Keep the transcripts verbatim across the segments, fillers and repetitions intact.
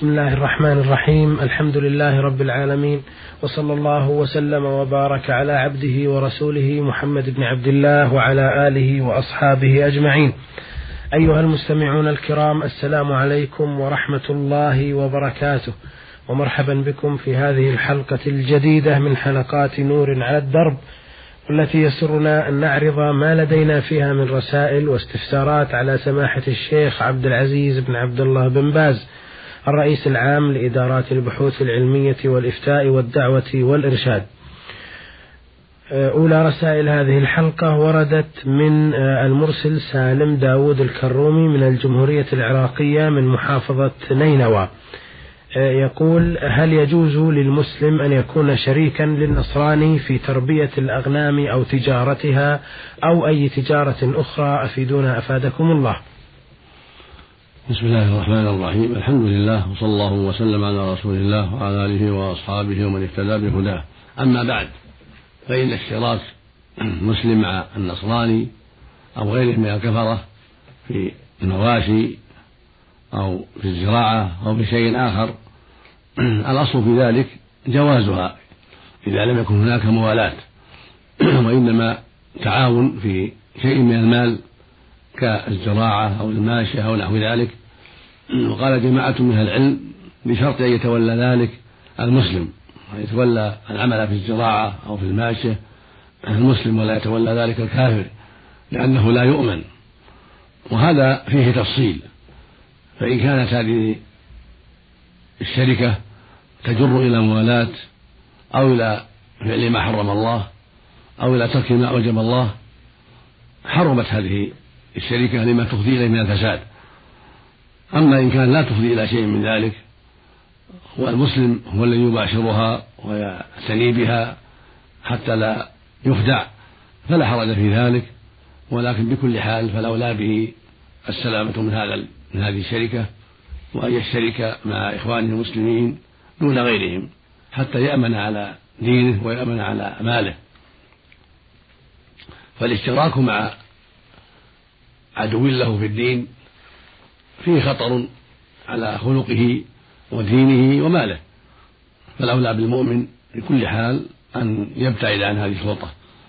بسم الله الرحمن الرحيم. الحمد لله رب العالمين، وصلى الله وسلم وبارك على عبده ورسوله محمد بن عبد الله وعلى آله وأصحابه أجمعين. أيها المستمعون الكرام، السلام عليكم ورحمة الله وبركاته، ومرحبا بكم في هذه الحلقة الجديدة من حلقات نور على الدرب، التي يسرنا أن نعرض ما لدينا فيها من رسائل واستفسارات على سماحة الشيخ عبد العزيز بن عبد الله بن باز، الرئيس العام لإدارات البحوث العلمية والإفتاء والدعوة والإرشاد. أولى رسائل هذه الحلقة وردت من المرسل سالم داود الكرومي من الجمهورية العراقية من محافظة نينوى. يقول: هل يجوز للمسلم أن يكون شريكا للنصراني في تربية الأغنام أو تجارتها أو أي تجارة أخرى؟ أفيدونا أفادكم الله. بسم الله الرحمن الرحيم. الحمد لله، وصلى الله وسلم على رسول الله وعلى آله وأصحابه ومن اهتدى بهداه. أما بعد، فإن اشتراك المسلم مع النصراني أو غيره من الكفرة في المواشي أو في الزراعة أو في شيء آخر، الأصل في ذلك جوازها إذا لم يكن هناك موالاة، وإنما تعاون في شيء من المال كالزراعة أو الماشية أو نحو ذلك. وقال جماعة من أهل العلم بشرط أن يتولى ذلك المسلم، يتولى العمل في الزراعة أو في الماشية المسلم، ولا يتولى ذلك الكافر، لأنه لا يؤمن. وهذا فيه تفصيل، فإن كانت هذه الشركة تجر إلى موالاة أو إلى فعل ما حرم الله أو إلى ترك ما أوجب الله، حرمت هذه الشركة لما تفضي إليه من الفساد. أما إن كان لا تفضي إلى شيء من ذلك، والمسلم هو الذي يباشرها ويعتني بها حتى لا يخدع، فلا حرج في ذلك. ولكن بكل حال فالأولى به السلامة من هذا من هذه الشركة، وأن يشترك مع إخوانه المسلمين دون غيرهم حتى يأمن على دينه ويأمن على ماله. فالاشتراك مع عدو له في الدين فيه خطر على خلقه ودينه وماله، فالأولى بالمؤمن بكل حال أن يبتعد عن هذه الخلطة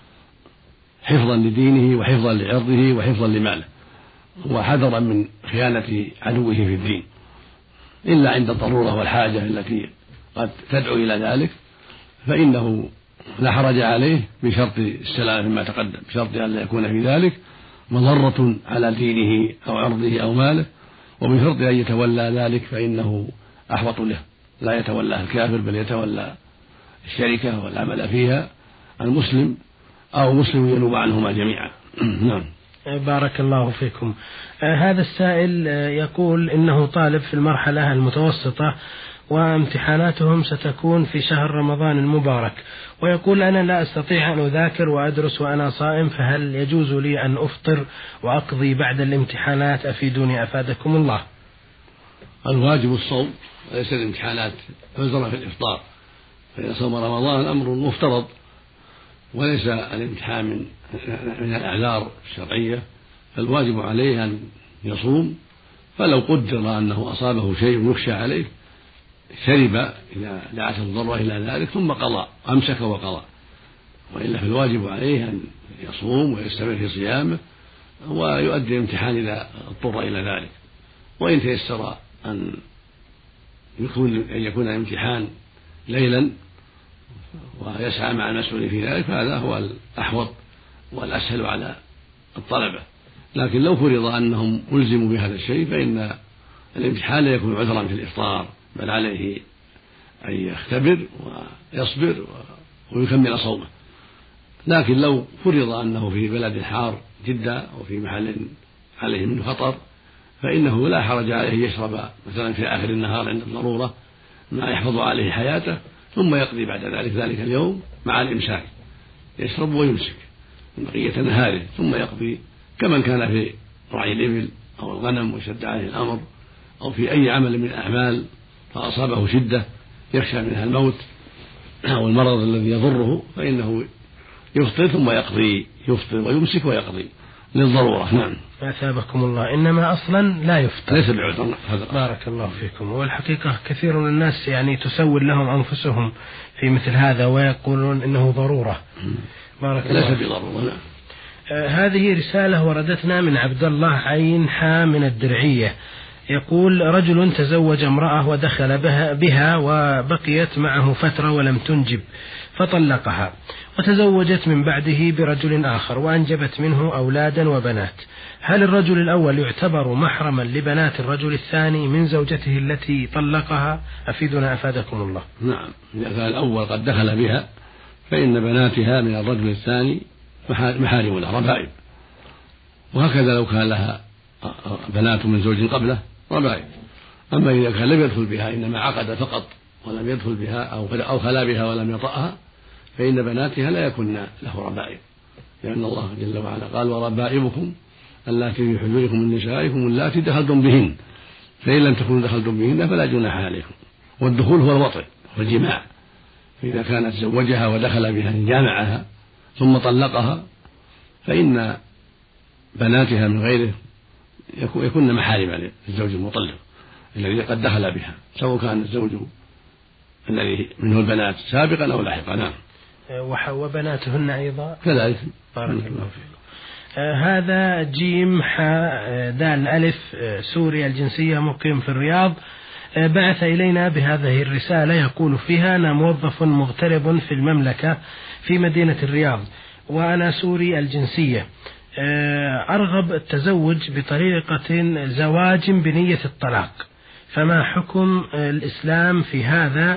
حفظا لدينه وحفظا لعرضه وحفظا لماله، وحذرا من خيانة عدوه في الدين، إلا عند الضرورة والحاجة التي قد تدعو إلى ذلك، فإنه لا حرج عليه بشرط السلامة مما تقدم، بشرط أن لا يكون في ذلك مضرة على دينه أو عرضه أو ماله، وبشرط أن يتولى ذلك فإنه أحوط له، لا يتولى الكافر بل يتولى الشركة والعمل فيها المسلم أو مسلم ينوب عنهما جميعا. نعم. بارك الله فيكم. آه هذا السائل آه يقول إنه طالب في المرحلة المتوسطة، وامتحاناتهم ستكون في شهر رمضان المبارك، ويقول: أنا لا أستطيع أن أذاكر وأدرس وأنا صائم، فهل يجوز لي أن أفطر وأقضي بعد الامتحانات؟ أفيدوني أفادكم الله. الواجب الصوم وليس الامتحانات عذرا في الإفطار، فإن صوم رمضان أمر مفترض وليس الامتحان من من الأعذار الشرعية، فالواجب عليه أن يصوم، فلو قدر أنه أصابه شيء يخشى عليه شرب إذا دعت الضرورة إلى ذلك ثم قضى، أمسك وقضى، وإلا فالواجب عليه أن يصوم ويستمر في صيامه ويؤدي الامتحان إذا اضطر إلى ذلك. وإن تيسر أن يكون أن يكون الامتحان ليلا ويسعى مع المسؤول في ذلك، فهذا هو الأحوط والأسهل على الطلبة. لكن لو فرض أنهم ألزموا بهذا الشيء فإن الامتحان لا يكون عذرا في الإفطار، بل عليه أن يختبر ويصبر ويكمل صومه. لكن لو فرض أنه في بلد حار جدا وفي محل عليه منه خطر، فإنه لا حرج عليه يشرب مثلا في آخر النهار عند الضرورة ما يحفظ عليه حياته، ثم يقضي بعد ذلك ذلك اليوم مع الإمساك، يشرب ويمسك بقية نهاره، ثم يقضي كمن كان في رعي الإبل أو الغنم وشد عليه الأمر، أو في أي عمل من الأعمال فأصابه شدة يخشى منها الموت أو المرض الذي يضره، فإنه يفطر ثم يقضي، يفطر ويمسك ويقضي. للضرورة. نعم. أثابكم الله. إنما أصلا لا يفطر، ليس بعذر. بارك الله فيكم. والحقيقة كثير من الناس يعني تسول لهم أنفسهم في مثل هذا ويقولون إنه ضرورة. بارك الله. ليس بضرورة. نعم. آه هذه رسالة وردتنا من عبد الله عين حا من الدرعية، يقول: رجل تزوج امرأة ودخل بها, بها وبقيت معه فترة ولم تنجب فطلقها، وتزوجت من بعده برجل آخر وأنجبت منه أولادا وبنات. هل الرجل الأول يعتبر محرما لبنات الرجل الثاني من زوجته التي طلقها؟ أفيدنا أفادكم الله. نعم، إذا كان الأول قد دخل بها فإن بناتها من الرجل الثاني محارم لها ربائب، وهكذا لو كان لها بنات من زوج قبله ربائب. أما إذا كان لم يدخل بها إنما عقد فقط ولم يدخل بها أو خلا بها ولم يطأها فإن بناتها لا يكن له ربائب، لأن الله جل وعلا قال: وربائبكم اللاتي في حجوركم من نسائكم اللاتي دخلتم بهن فإن لم تكونوا دخلتم بهن فلا جناح عليكم. والدخول هو الوطئ والجماع، فإذا كانت زوجها ودخل بها جامعها ثم طلقها فإن بناتها من غيره يكون محارما للزوج المطلق الذي قد دخل بها، سواء كان الزوج الذي منه البنات سابقا أو لاحقا. نعم. وبناتهن أيضا كذلك. بارك الله فيكم. آه هذا جيم حاء دال ألف آه سوري الجنسية مقيم في الرياض، آه بعث إلينا بهذه الرسالة يقول فيها: أنا موظف مغترب في المملكة في مدينة الرياض وأنا سوري الجنسية، آه أرغب التزوج بطريقة زواج بنية الطلاق، فما حكم الإسلام في هذا؟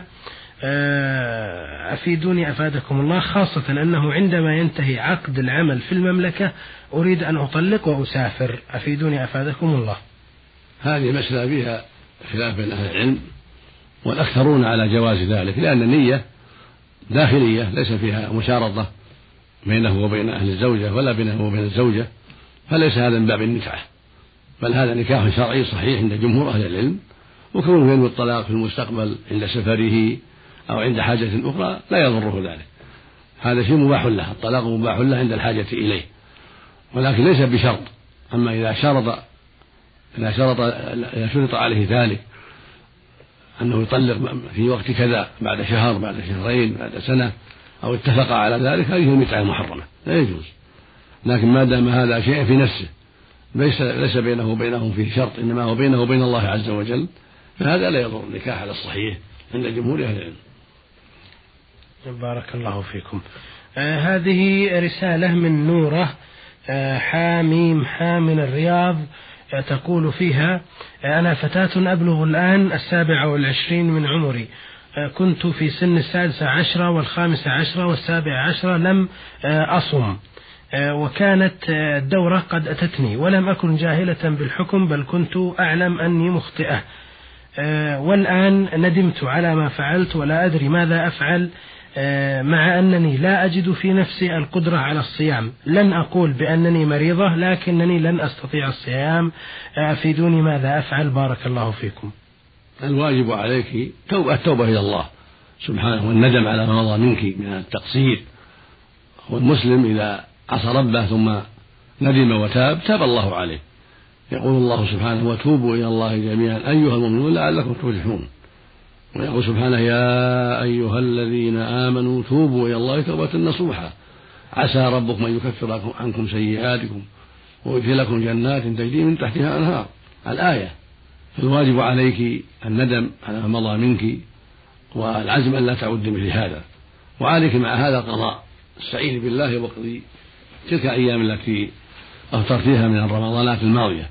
أفيدوني أفادكم الله، خاصة أنه عندما ينتهي عقد العمل في المملكة أريد أن أطلق وأسافر. أفيدوني أفادكم الله. هذه مسألة فيها خلاف بين أهل العلم، والأكثرون على جواز ذلك، لأن النية داخلية ليس فيها مشارطة بينه وبين أهل الزوجة ولا بينه وبين الزوجة، فليس هذا من باب النكاح، بل هذا نكاح شرعي صحيح عند جمهور أهل العلم. وكونه ينوي الطلاق في المستقبل عند سفره أو عند حاجة أخرى لا يضره ذلك، هذا شيء مباح له، الطلاق مباح له عند الحاجة إليه، ولكن ليس بشرط. أما إذا شرط إذا شرط إذا شرط عليه ذلك أنه يطلق في وقت كذا بعد شهر بعد شهرين بعد سنة أو اتفق على ذلك، هذه المتعة المحرمة لا يجوز. لكن ما دام هذا شيء في نفسه ليس ليس بينه وبينهم فيه شرط، إنما هو بينه وبين الله عز وجل، فهذا لا يضر النكاح على الصحيح عند جمهور أهل العلم. بارك الله فيكم. آه هذه رسالة من نورة آه حاميم حا من الرياض، آه تقول فيها: آه أنا فتاة أبلغ الآن السابعة والعشرين من عمري، آه كنت في سن السادسة عشرة والخامسة عشرة والسابعة عشرة لم آه أصم، وكانت الدورة قد أتتني ولم أكن جاهلة بالحكم بل كنت أعلم أني مخطئة، والآن ندمت على ما فعلت ولا أدري ماذا أفعل، مع أنني لا أجد في نفسي القدرة على الصيام. لن أقول بأنني مريضة لكنني لن أستطيع الصيام. أفيدوني ماذا أفعل؟ بارك الله فيكم. الواجب عليك توبة التوبة إلى الله سبحانه والندم على ما مضى منك من التقصير، والمسلم إذا عصى ربه ثم ندم وتاب تاب الله عليه. يقول الله سبحانه: وتوبوا إلى الله جميعا أيها المؤمنون لعلكم تفلحون. ويقول سبحانه: يا أيها الذين آمنوا توبوا إلى الله توبة نصوحا عسى ربكم أن يكفر عنكم سيئاتكم ويدخلكم جنات تجري من تحتها أنهار. الآية. فالواجب عليك الندم على ما مضى منك والعزم أن لا تعود مثل هذا، وعليك مع هذا قضاء. استعيني بالله واقضي تلك الأيام التي أفطرتها من الرمضانات الماضية،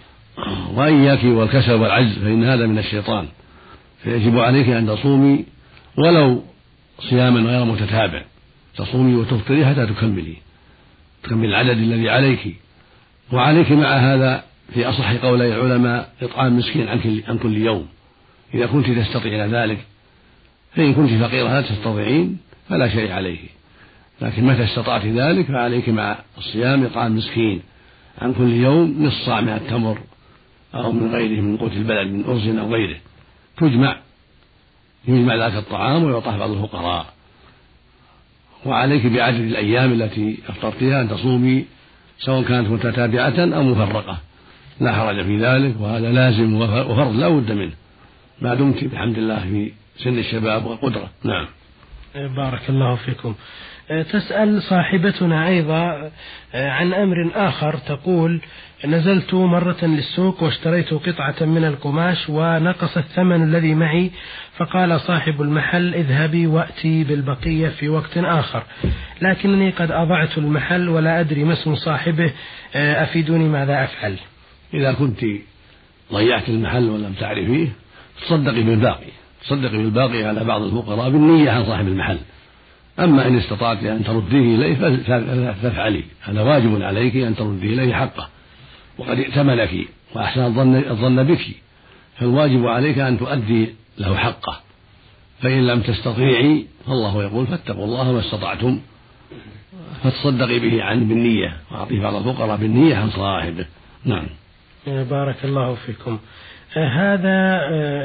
وإياك والكسل والعجز فإن هذا من الشيطان، فيجب عليك أن تصومي ولو صياما غير متتابع، تصومي وتفطري حتى تكملي تكمل العدد الذي عليك. وعليك مع هذا في أصح قولي العلماء إطعام مسكين عن كل يوم إذا كنت تستطيعين ذلك، فإن كنت فقيرة لا تستطيعين فلا شيء عليك، لكن متى استطعت ذلك فعليك مع الصيام إطعام مسكين عن كل يوم نصف صاع من التمر أو من غيره من قوت البلد من أرز أو غيره، تجمع يجمع ذاك الطعام ويعطاه بعض الفقراء. وعليك بعدد الأيام التي أفطرتها أن تصومي سواء كانت متتابعة أو مفرقة، لا حرج في ذلك، وهذا لازم وفرض لا بد منه ما دمت بحمد الله في سن الشباب والقدرة. نعم. بارك الله فيكم. تسأل صاحبتنا أيضا عن أمر آخر، تقول: نزلت مرة للسوق واشتريت قطعة من القماش ونقص الثمن الذي معي، فقال صاحب المحل: اذهبي وأتي بالبقية في وقت آخر، لكنني قد أضعت المحل ولا أدري ما اسم صاحبه، أفيدوني ماذا أفعل؟ إذا كنت ضيعت المحل ولم تعرفيه تصدقي بالباقي، تصدقي بالباقي على بعض الفقراء بالنية عن صاحب المحل. أما إن استطعت أن ترديه إليه فافعلي، هذا واجب عليك أن ترديه إليه حقه، وقد ائتمنك وأحسن الظن بك، فالواجب عليك أن تؤدي له حقه. فإن لم تستطيعي فالله يقول: فاتقوا الله ما استطعتم، فتصدقي به عن بالنية، وأعطيه بعض الفقراء بالنية عن صاحبه. نعم. بارك الله فيكم. هذا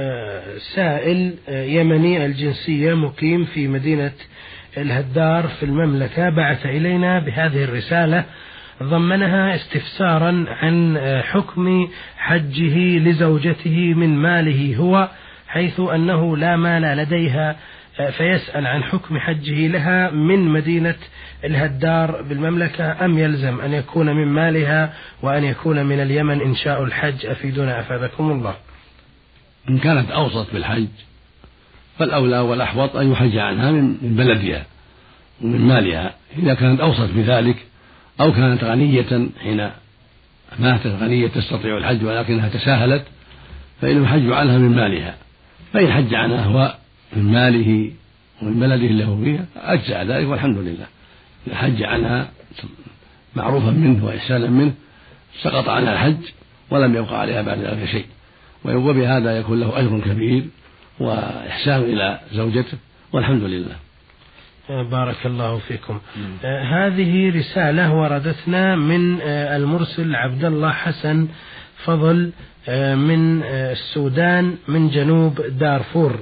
سائل يمني الجنسية مقيم في مدينة الهدار في المملكة، بعث إلينا بهذه الرسالة ضمنها استفسارا عن حكم حجه لزوجته من ماله هو، حيث أنه لا مال لديها، فيسأل عن حكم حجه لها من مدينة الهدار بالمملكة، أم يلزم أن يكون من مالها وأن يكون من اليمن إنشاء الحج؟ أفيدنا أفادكم الله. إن كانت أوصت بالحج فالأولى والأحوط أن يحج عنها من بلدها ومن مالها، إذا كانت أوصت بذلك، أو كانت غنية حين ماتت غنية تستطيع الحج ولكنها تساهلت، فإنه يحج عنها من مالها. فإن حج عنها هو من ماله ومن بلده اللي هو فيها أجزأ ذلك والحمد لله. إذا حج عنها معروفا منه وإحسانا منه سقط عنها الحج ولم يبقى عليها بعد ذلك شيء، وبهذا يكون له أجر كبير وإحسان إلى زوجته والحمد لله. بارك الله فيكم. آه هذه رسالة وردتنا من آه المرسل عبد الله حسن فضل آه من آه السودان من جنوب دارفور.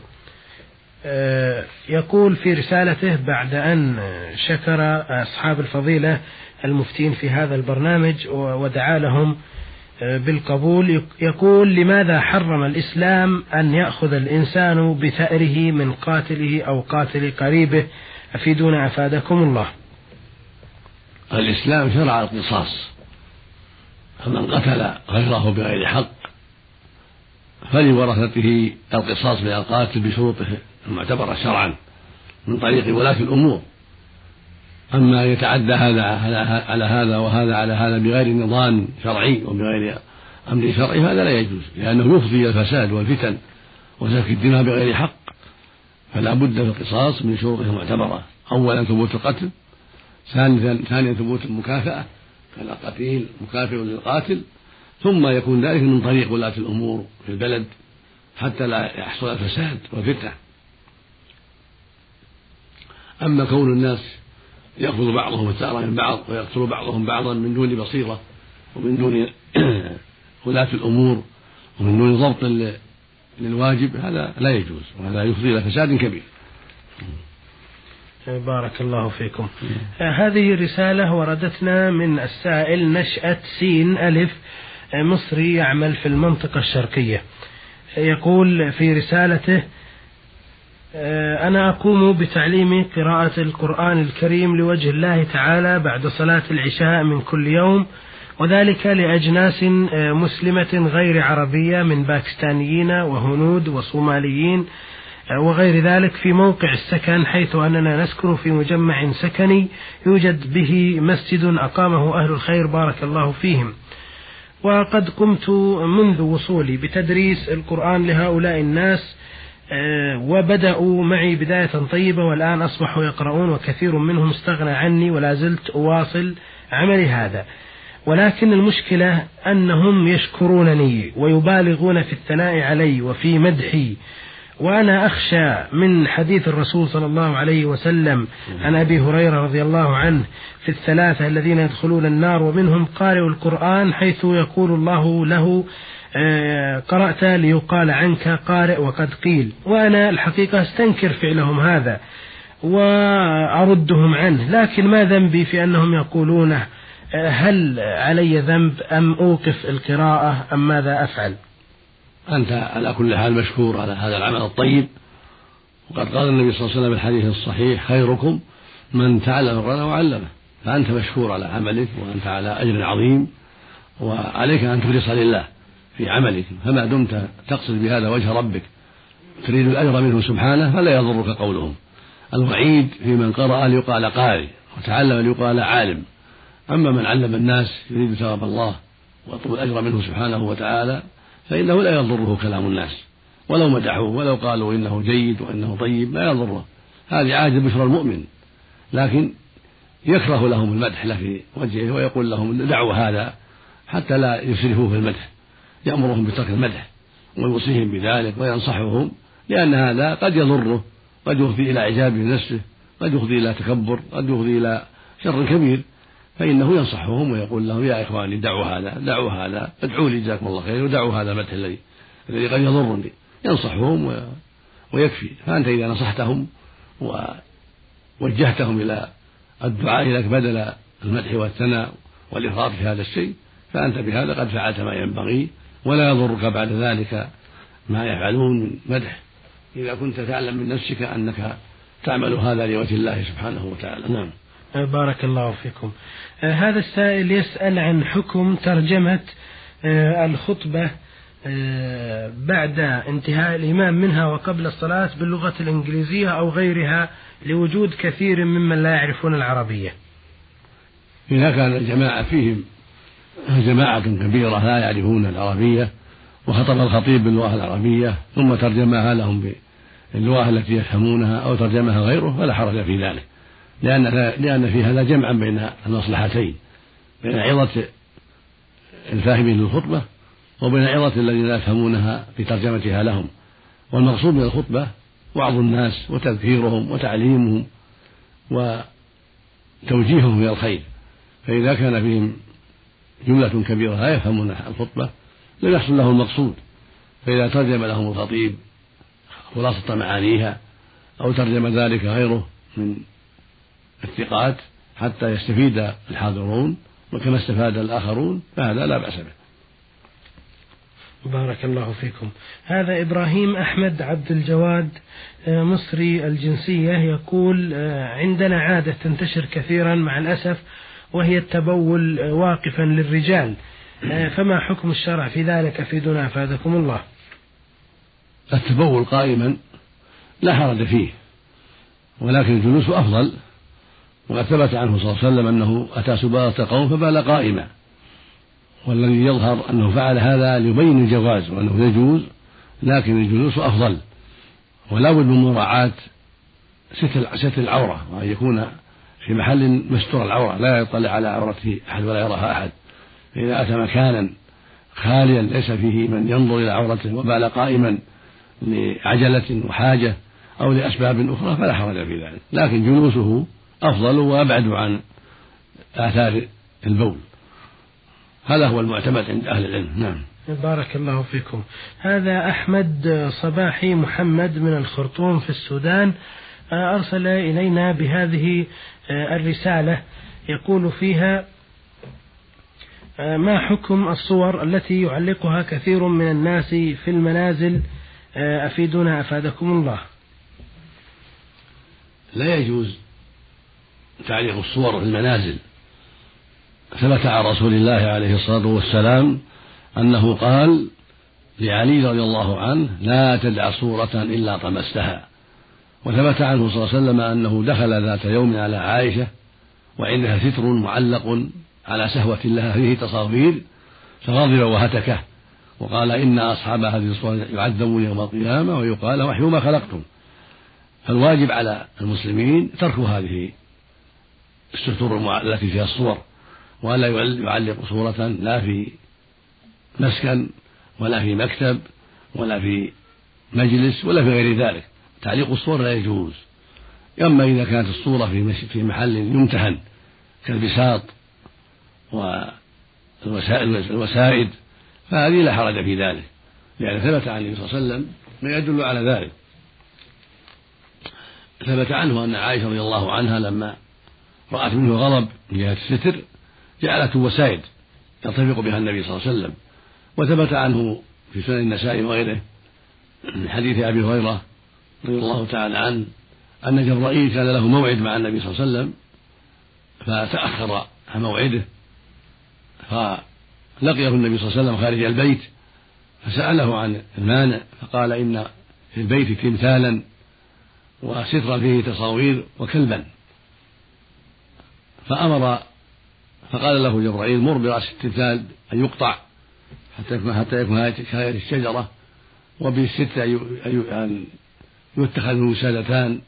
آه يقول في رسالته بعد أن شكر أصحاب الفضيلة المفتين في هذا البرنامج ودعا لهم آه بالقبول، يقول: لماذا حرم الإسلام أن يأخذ الإنسان بثأره من قاتله أو قاتل قريبه؟ أفيدونا أفادكم الله. الإسلام شرع القصاص، فمن قتل غيره بغير حق فلورثته القصاص من القاتل بشروطه المعتبرة شرعا من طريق ولاة الأمور. أما يتعدى هذا على هذا وهذا على هذا بغير نظام شرعي وبغير أمر شرعي فهذا لا يجوز، لأنه يفضي إلى الفساد والفتن وسفك الدماء بغير حق. فلا بد في القصاص من شروطه المعتبرة: أولا ثبوت القتل، ثانيا ثبوت المكافأة، فالقتيل مكافئ للقاتل، ثم يكون ذلك من طريق ولاة الأمور في البلد حتى لا يحصل الفساد والفتنة. أما كون الناس يأخذ بعضهم الثأر من بعض ويقتل بعضهم بعضا من دون بصيرة ومن دون ولاة الأمور ومن دون ضبط للواجب، هذا لا يجوز، وهذا يفضي إلى فساد كبير. بارك الله فيكم. هذه رسالة وردتنا من السائل نشأة سين ألف مصري يعمل في المنطقة الشرقية. يقول في رسالته: أنا أقوم بتعليم قراءة القرآن الكريم لوجه الله تعالى بعد صلاة العشاء من كل يوم، وذلك لأجناس مسلمة غير عربية من باكستانيين وهنود وصوماليين وغير ذلك في موقع السكن، حيث أننا نسكن في مجمع سكني يوجد به مسجد أقامه أهل الخير بارك الله فيهم. وقد قمت منذ وصولي بتدريس القرآن لهؤلاء الناس، وبدأوا معي بداية طيبة، والآن أصبحوا يقرؤون وكثير منهم استغنى عني ولا زلت أواصل عملي هذا. ولكن المشكلة أنهم يشكرونني ويبالغون في الثناء علي وفي مدحي، وأنا أخشى من حديث الرسول صلى الله عليه وسلم عن أبي هريرة رضي الله عنه في الثلاثة الذين يدخلون النار ومنهم قارئ القرآن، حيث يقول الله له: قرأت ليقال عنك قارئ وقد قيل. وأنا الحقيقة استنكر فعلهم هذا وأردهم عنه، لكن ما ذنبي في أنهم يقولونه هل علي ذنب أم أوقف القراءة أم ماذا أفعل؟ أنت على كل حال مشكور على هذا العمل الطيب، وقد قال النبي صلى الله عليه وسلم في الحديث الصحيح: خيركم من تعلم القرآن وعلمه. فأنت مشكور على عملك، وأنت على أجر عظيم، وعليك أن تخلص لله في عملك، فما دمت تقصد بهذا وجه ربك تريد الأجر منه سبحانه فلا يضرك قولهم. الوعيد في من قرأ ليقال قارئ وتعلم ليقال عالم، أما من علم الناس يريد ثواب الله ويطلب الأجر منه سبحانه وتعالى فإنه لا يضره كلام الناس، ولو مدحوه ولو قالوا إنه جيد وإنه طيب لا يضره. هذه عادة بشرى المؤمن، لكن يكره لهم المدح له في وجهه ويقول لهم دعوا هذا حتى لا يسرفوا في المدح، يأمرهم بترك المدح ويوصيهم بذلك وينصحهم، لأن هذا قد يضره، قد يفضي إلى إعجاب نفسه، قد يفضي إلى تكبر، قد يفضي إلى شر كبير، فإنه ينصحهم ويقول لهم: يا إخواني دعوا هذا دعوا هذا ادعوا لي جزاكم الله خير، ودعوا هذا المدح الذي الذي قد يضرني. ينصحهم ويكفي. فأنت إذا نصحتهم ووجهتهم إلى الدعاء لك بدل المدح والثناء والإفراط في هذا الشيء فأنت بهذا قد فعلت ما ينبغي، ولا يضرك بعد ذلك ما يفعلون من مدح إذا كنت تعلم من نفسك أنك تعمل هذا لوجه الله سبحانه وتعالى. نعم. بارك الله فيكم. آه هذا السائل يسأل عن حكم ترجمة آه الخطبة آه بعد انتهاء الإمام منها وقبل الصلاة باللغة الإنجليزية أو غيرها لوجود كثير ممن لا يعرفون العربية. إذا كان الجماعة فيهم جماعة كبيرة لا يعرفون العربية وخطب الخطيب باللغة العربية ثم ترجمها لهم باللغة التي يفهمونها أو ترجمها غيره فلا حرج في ذلك، لأن لأن في هذا جمعا بين المصلحتين، بين عظة الفاهمين للخطبة وبين عظة الذين لا يفهمونها بترجمتها لهم. والمقصود من الخطبة وعظ الناس وتذكيرهم وتعليمهم وتوجيههم إلى الخير، فإذا كان فيهم جملة كبيرة لا يفهمون الخطبة لم يحصل له المقصود، فإذا ترجم لهم الخطيب خلاصة معانيها أو ترجم ذلك غيره من الثقات حتى يستفيد الحاضرون وكما استفاد الآخرون فهذا لا بأس به. بارك الله فيكم. هذا إبراهيم أحمد عبد الجواد مصري الجنسية يقول: عندنا عادة تنتشر كثيرا مع الأسف وهي التبول واقفا للرجال، فما حكم الشرع في ذلك؟ أفيدنا أفادكم الله. التبول قائما لا حرج فيه، ولكن الجلوس أفضل، وقد ثبت عنه صلى الله عليه وسلم أنه أتى سباطة قوم فبال قائما، والذي يظهر أنه فعل هذا ليبين الجواز وأنه يجوز، لكن الجلوس أفضل، ولا بد من مراعاة ستر العورة، وأن يكون في محل مستور العورة لا يطلع على عورته أحد ولا يراها أحد. فإذا أتى مكانا خاليا ليس فيه من ينظر إلى عورته وبال قائما لعجلة وحاجة أو لأسباب أخرى فلا حرج في ذلك، لكن جلوسه أفضل وأبعد عن آثار البول. هذا هو المعتمد عند أهل العلم. نعم. بارك الله فيكم. هذا أحمد صباحي محمد من الخرطوم في السودان أرسل إلينا بهذه الرسالة يقول فيها: ما حكم الصور التي يعلقها كثير من الناس في المنازل؟ أفيدنا أفادكم الله. لا يجوز تعليق الصور في المنازل. ثبت عن رسول الله عليه الصلاة والسلام أنه قال لعلي رضي الله عنه: لا تدع صورة إلا طمستها. وثبت عنه صلى الله عليه وسلم أنه دخل ذات يوم على عائشة وعندها ستر معلق على سهوة لها فيه تصاوير فغضب وهتكه وقال: إن أصحاب هذه الصور يعذبون يوم القيامة ويقال: وحيوا ما خلقتم. فالواجب على المسلمين ترك هذه الستور التي فيها الصور، ولا يعلق صورة لا في مسكن ولا في مكتب ولا في مجلس ولا في غير ذلك. تعليق الصور لا يجوز. أما إذا كانت الصورة في محل يمتهن كالبساط والوسائد فهذه لا حرج في ذلك، لأن ثبت عن النبي صلى الله عليه وسلم ما يدل على ذلك. ثبت عنه أن عائشة رضي الله عنها لما رأت منه غضب من جهة الستر جعلته وسائد يرتفق بها النبي صلى الله عليه وسلم. وثبت عنه في سنن النسائي وغيره من حديث أبي هريرة رضي الله تعالى عنه أن جبرائيل كان له موعد مع النبي صلى الله عليه وسلم فتأخر عن موعده، فلقيه النبي صلى الله عليه وسلم خارج البيت فسأله عن المانع فقال إن في البيت تمثالا وسترا فيه تصاوير وكلبا، فأمر فقال له جبرائيل مر برأس التمثال أن يقطع حتى يكون حتى يكون كآية الشجرة، وبالستة أن يتخذ وسادتان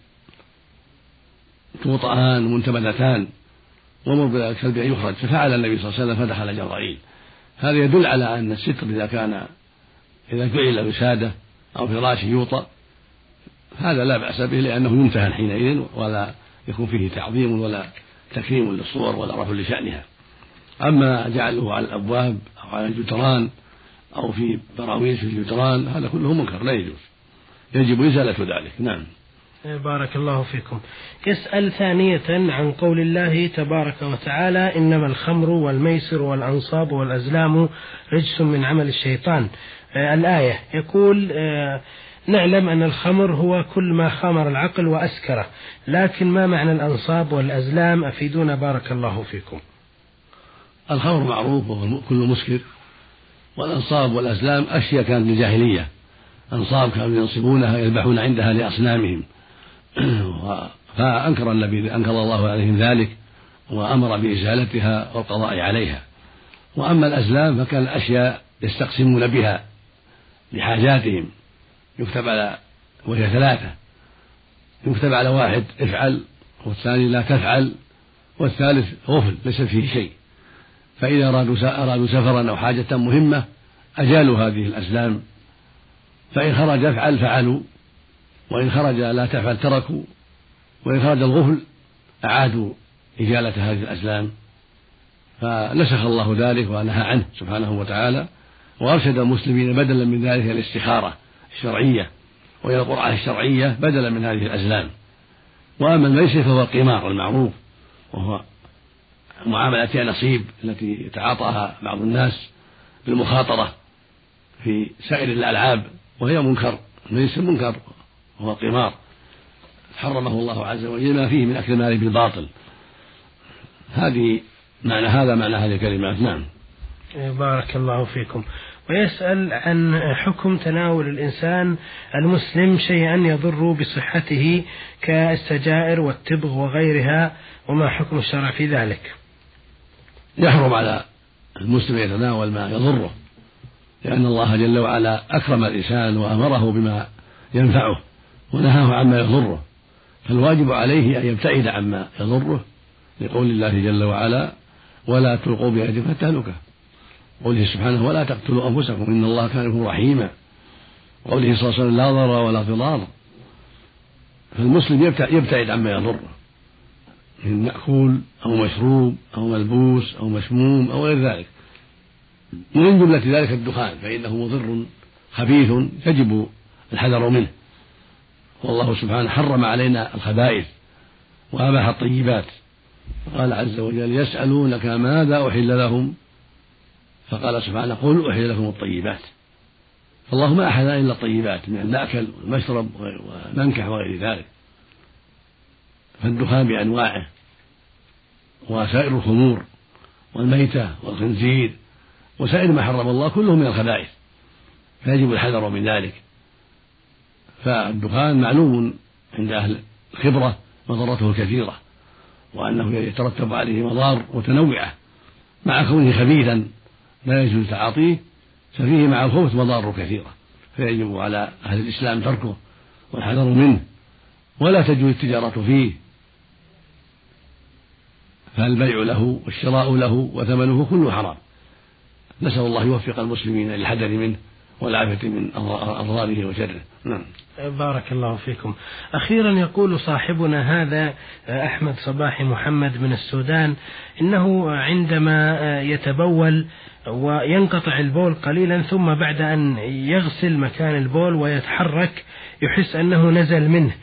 توطئان منتبذتان، ومر بالكلب أن يخرج. ففعل النبي صلى الله عليه وسلم فدخل جبرائيل. هذا يدل على أن الستر إذا كان إذا جعل وسادة أو فراش يوطأ هذا لا بأس به، لأنه يمتهن حينئذ ولا يكون فيه تعظيم ولا تكريم للصور ولا رفع لشأنها. أما جعله على الأبواب أو على الجدران أو في براويز في الجدران هذا كله منكر لا يجوز، يجب إزالة ذلك. نعم. بارك الله فيكم. يسأل ثانية عن قول الله تبارك وتعالى إنما الخمر والميسر والأنصاب والأزلام رجس من عمل الشيطان. آه الآية يقول آه نعلم أن الخمر هو كل ما خمر العقل وأسكره، لكن ما معنى الأنصاب والأزلام؟ أفيدونا بارك الله فيكم. الخمر معروف وهو كل مسكر، والأنصاب والأزلام أشياء كانت من الجاهلية، أنصاب كانوا ينصبونها يذبحون عندها لأصنامهم فأنكر النبي أنكر الله عليهم ذلك وأمر بإزالتها والقضاء عليها. وأما الأزلام فكان أشياء يستقسمون بها لحاجاتهم، يكتب على وهي ثلاثة، يكتب على واحد افعل والثاني لا تفعل والثالث غفل ليس فيه شيء، فإذا أرادوا أرادوا سفرا أو حاجة مهمة أجالوا هذه الأزلام، فإن خرج افعل فعلوا، وإن خرج لا تفعل تركوا، وإن خرج الغفل أعادوا إزالة هذه الأزلام. فنسخ الله ذلك ونهى عنه سبحانه وتعالى، وأرشد المسلمين بدلا من ذلك الاستخارة الشرعية وإلى القرعة الشرعية بدلا من هذه الأزلام. وأما الميسر فهو القمار المعروف، وهو معاملة نصيب التي يتعاطاها بعض الناس بالمخاطرة في سائر الألعاب، وهي منكر، الميسر منكر وهو القمار حرمه الله عز وجل ما فيه من أكل المال بالباطل. هذه معنى هذا معنى هذه الكلمات. نعم. بارك الله فيكم. ويسأل عن حكم تناول الإنسان المسلم شيئا يضر بصحته كالسجائر والتبغ وغيرها، وما حكم الشرع في ذلك؟ يحرم على المسلم يتناول ما يضره، لأن الله جل وعلا أكرم الإنسان وأمره بما ينفعه ونهاه عما يضره، فالواجب عليه أن يبتعد عما يضره، لقول الله جل وعلا ولا تلقوا بأيديكم إلى التهلكة، قوله سبحانه ولا تقتلوا أنفسكم إن الله كان بكم رحيما، قوله صلى الله عليه وسلم لا ضرر ولا ضرار. فالمسلم يبتعد عما يضره من مأكول أو مشروب أو ملبوس أو مسموم أو غير ذلك. ومن جملة ذلك الدخان، فإنه مضر خبيث يجب الحذر منه، والله سبحانه حرم علينا الخبائث وأباح الطيبات، قال عز وجل يسألونك ماذا أحل لهم، فقال سبحانه قل أحل لكم الطيبات، فالله ما أحل إلا الطيبات من المأكل والمشرب والمنكح وغير ذلك. فالدخان بأنواعه وسائر الخمور والميتة والخنزير وسائر ما حرم الله كله من الخبائث، فيجب الحذر من ذلك. فالدخان معلوم عند أهل الخبرة مضرته كثيرة، وأنه يترتب عليه مضار متنوعة، مع كونه خبيثا لا يجوز تعاطيه، ففيه مع الخبث مضار كثيرة، فيجب على أهل الإسلام تركه والحذر منه، ولا تجوز التجارة فيه، فالبيع له والشراء له وثمنه كله حرام. نسأل الله يوفق المسلمين للحذر منه والعافية من أضراره وشره. نعم. بارك الله فيكم. أخيرا يقول صاحبنا هذا أحمد صباحي محمد من السودان إنه عندما يتبول وينقطع البول قليلا ثم بعد أن يغسل مكان البول ويتحرك يحس أنه نزل منه،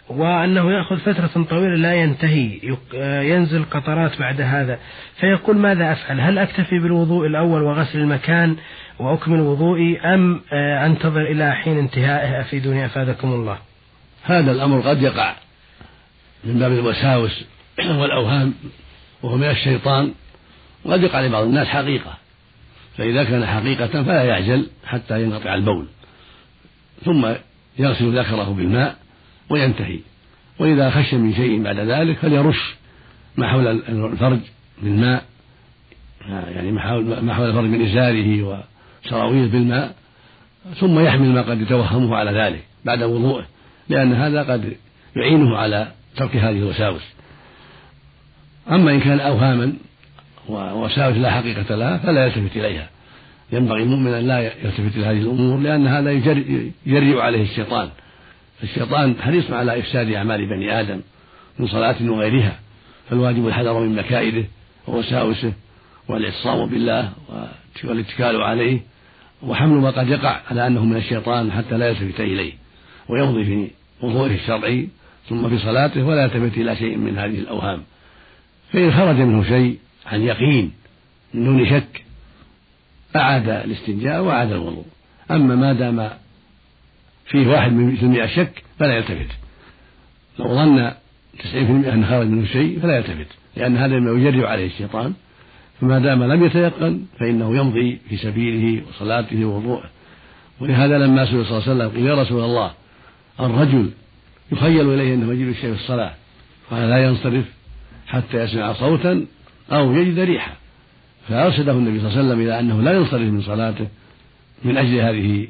وأنه يأخذ فترة طويلة لا ينتهي، ينزل قطرات بعد هذا، فيقول ماذا أفعل؟ هل أكتفي بالوضوء الأول وغسل المكان وأكمل وضوئي، أم أنتظر إلى حين انتهائه؟ أفيدوني أفادكم الله. هذا الأمر قد يقع من باب الوساوس والأوهام وهو من الشيطان، وقد يقع لبعض الناس حقيقة، فإذا كان حقيقة فلا يعجل حتى ينقطع البول، ثم يغسل ذكره بالماء وينتهي. وإذا خش من شيء بعد ذلك فليرش ما حول الفرج بالماء، يعني ما حول الفرج من إزاره وسراويله بالماء، ثم يحمل ما قد يتوهمه على ذلك بعد وضوءه، لأن هذا قد يعينه على ترك هذه الوساوس. أما إن كان أوهاما ووساوس لا حقيقة لها فلا يلتفت إليها. ينبغي المؤمن أن لا يلتفت إلى هذه الأمور، لأن هذا يجرئ عليه الشيطان. الشيطان حريص على إفساد أعمال بني آدم من صلاة وغيرها، فالواجب الحذر من مكائده ووساوسه والاعتصام بالله والاتكال عليه، وحمل ما قد يقع على أنه من الشيطان حتى لا يلتفت إليه، ويمضي في وضوءه الشرعي ثم في صلاته ولا يلتفت إلى شيء من هذه الأوهام. فإن خرج منه شيء عن يقين من دون شك أعاد الاستنجاء وأعاد الوضوء. أما ما دام فيه واحد من المئة شك فلا يلتفت. لو ظن تسعين في المئة أن خرج منه شيء فلا يلتفت، لأن هذا ما يجرئ عليه الشيطان، فما دام لم يتيقن فإنه يمضي في سبيله وصلاته ووضوءه. ولهذا لما سئل صلى الله عليه وسلم قال يا رسول الله الرجل يخيل إليه أنه يجد الشيء في الصلاة قال لا ينصرف حتى يسمع صوتا أو يجد ريحة، فأرشده النبي صلى الله عليه وسلم إلى أنه لا ينصرف من صلاته من أجل هذه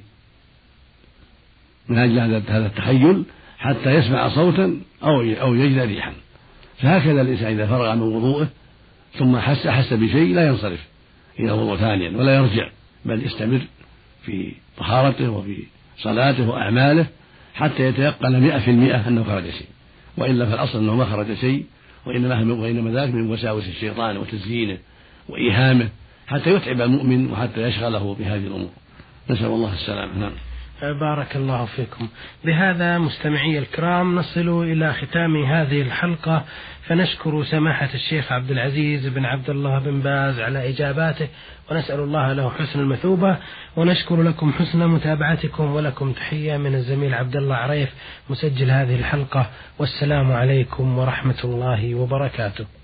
من أجل هذا التخيل حتى يسمع صوتا أو أو يجد ريحا. فهكذا الإنسان إذا فرغ من وضوءه ثم حس حس بشيء لا ينصرف إلى وضوء ثانيا ولا يرجع، بل يستمر في طهارته وفي صلاته وأعماله حتى يتيقن مئة في المئة أنه خرج شيء، وإلا فالأصل أنه ما خرج شيء، وإنما وإنما ذلك من وساوس الشيطان وتزيينه وإيهامه حتى يتعب المؤمن وحتى يشغله بهذه الأمور. نسأل الله السلامة. نعم. بارك الله فيكم. بهذا مستمعي الكرام نصل إلى ختام هذه الحلقة، فنشكر سماحة الشيخ عبد العزيز بن عبد الله بن باز على إجاباته، ونسأل الله له حسن المثوبة، ونشكر لكم حسن متابعتكم، ولكم تحية من الزميل عبد الله عريف مسجل هذه الحلقة، والسلام عليكم ورحمة الله وبركاته.